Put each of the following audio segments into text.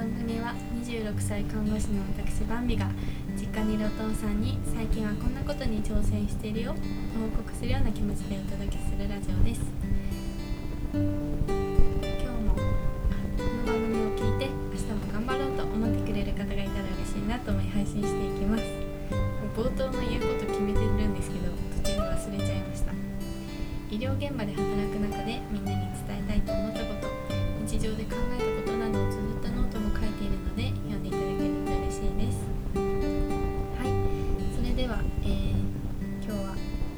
番組は26歳看護師の私バンビが実家にいるお父さんに最近はこんなことに挑戦しているよと報告するような気持ちでお届けするラジオです。今日もこの番組を聞いて明日も頑張ろうと思ってくれる方がいたら嬉しいなと思い配信していきます。冒頭の言うこと決めてるんですけど途中で忘れちゃいました。医療現場で働く中でみんなに伝えたいと思ったこと、日常で考えたことなどを綴ったノートも書いているので読んでいただけると嬉しいです。はい、それでは、今日は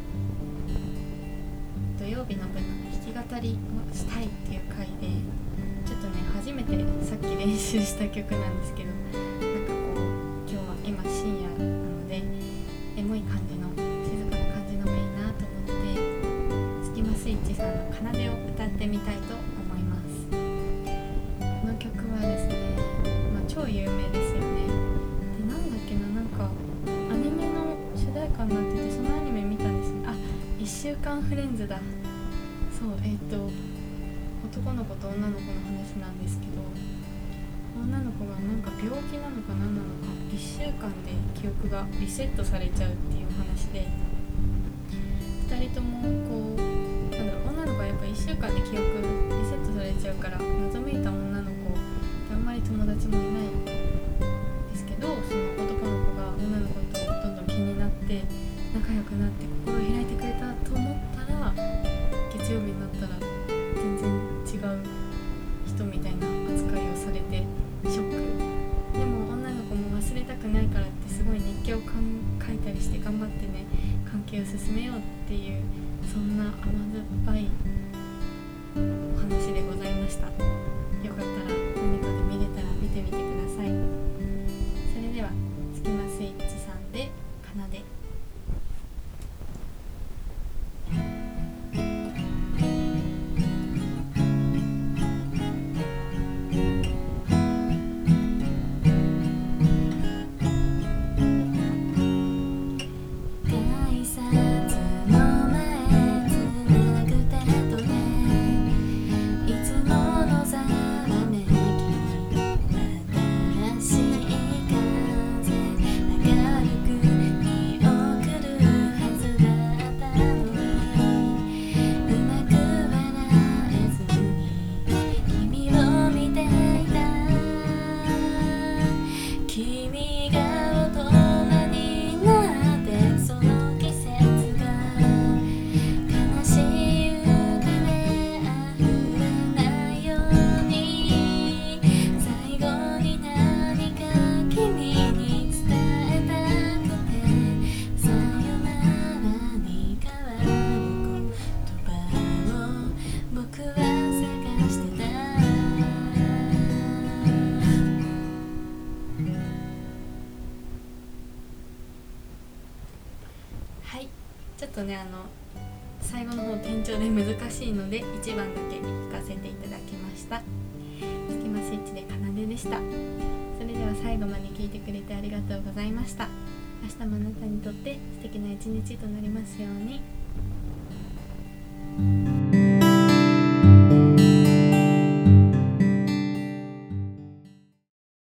土曜日の分の弾き語りをしたいっていう回で、ちょっとね初めてさっき練習した曲なんですけど、なんかこう今日は今深夜なのでエモい感じの静かな感じのがいいなと思ってスキマスイッチさんの奏でを歌ってみたいと思います。この曲はですね、超有名ですよね。で、なんだっけな、なんかアニメの主題歌になってて、そのアニメ見たんですね。1週間フレンズだ。そう、男の子と女の子の話なんですけど、女の子がなんか病気なのか何なのか1週間で記憶がリセットされちゃうっていう話で、2人ともこう女の子はやっぱ1週間で記憶リセットされちゃうから謎めいた女の子ってあんまり友達もいないんですけど、その男の子が女の子とどんどん気になって仲良くなって心を開いてくれたと思ったら、月曜日になったら全然違う人みたいな扱いをされてショック。でも女の子も忘れたくないからってすごい日記を書いたりして頑張ってね関係を進めようっていう、そんな甘酸っぱいお話でございました。よかったら何かで見れたら見てみてください。それではスキマスイッチさんで奏で。はい、ちょっとね最後の方転調で難しいので1番だけ弾かせていただきました。スキマスイッチで奏ででした。それでは最後まで聞いてくれてありがとうございました。明日もあなたにとって素敵な一日となりますように。